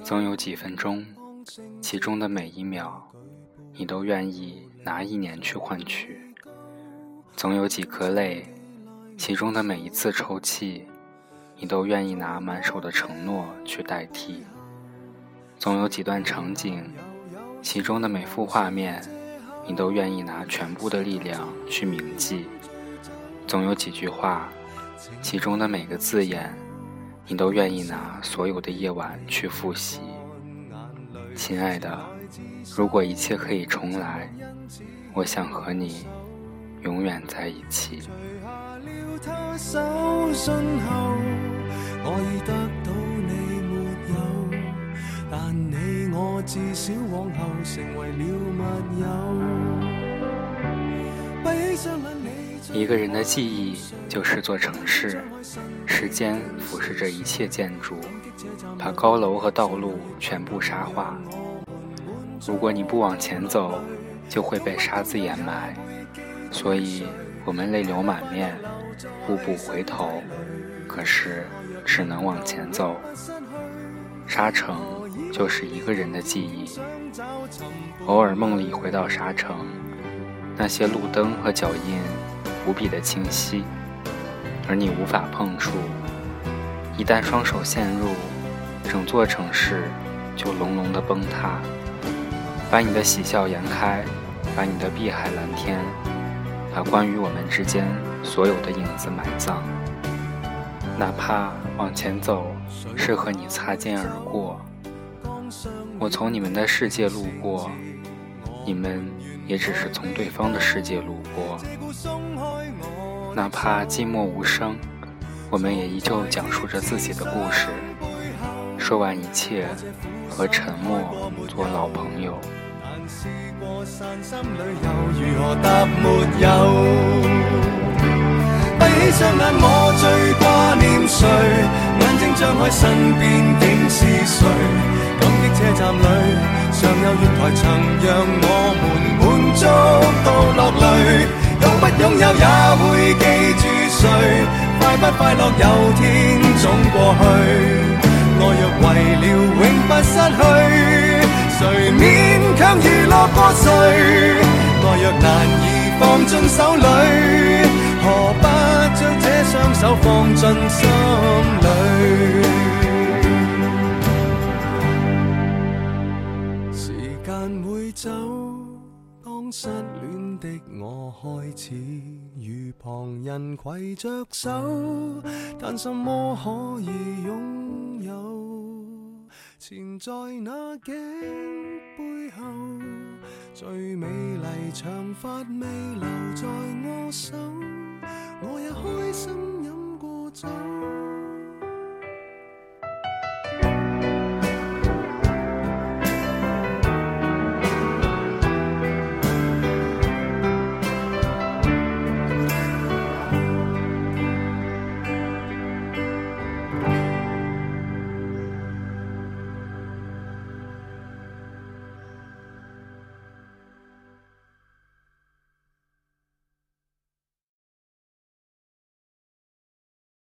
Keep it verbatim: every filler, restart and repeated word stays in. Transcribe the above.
总有几分钟，其中的每一秒，你都愿意拿一年去换取；总有几颗泪，其中的每一次抽泣，你都愿意拿满手的承诺去代替；总有几段场景，其中的每幅画面，你都愿意拿全部的力量去铭记；总有几句话，其中的每个字眼，你都愿意拿所有的夜晚去复习。亲爱的，如果一切可以重来，我想和你永远在一起。我已得到你沒有，但你我至少往後成為了密友。一個人的記憶就是座城市，時間俯視着一切建築，把高樓和道路全部沙化。如果你不往前走，就會被沙子掩埋，所以我們淚流滿面，互不回頭，可是只能往前走。沙城就是一個人的記憶，偶爾夢裡回到沙城，那些路燈和腳印無比的清晰，而你無法碰觸。一旦雙手陷入，整座城市就隆隆的崩塌，把你的喜笑顏開，把你的碧海藍天，把關於我們之間所有的影子埋葬。哪怕往前走是和你擦肩而過，我從你們的世界路過，你們也只是從對方的世界路過。哪怕寂寞無聲，我們也依舊講述着自己的故事，說完一切，和沉默做老朋友。閉起雙眼我最掛念誰，眼睛張開身邊竟是誰，感激車站裏尚有月台曾讓我們滿足到落淚，擁不擁有也會記住誰，快不快樂有天總過去，愛若為了永不失去，誰勉強娛樂過誰，愛若難以放進手裏，何不將這雙手放進心裏。時間會走，當失戀的我開始與旁人攜着手，但什麼可以擁有？纏在那頸背後，最美麗長髮未留在我手，我也開心飲過酒。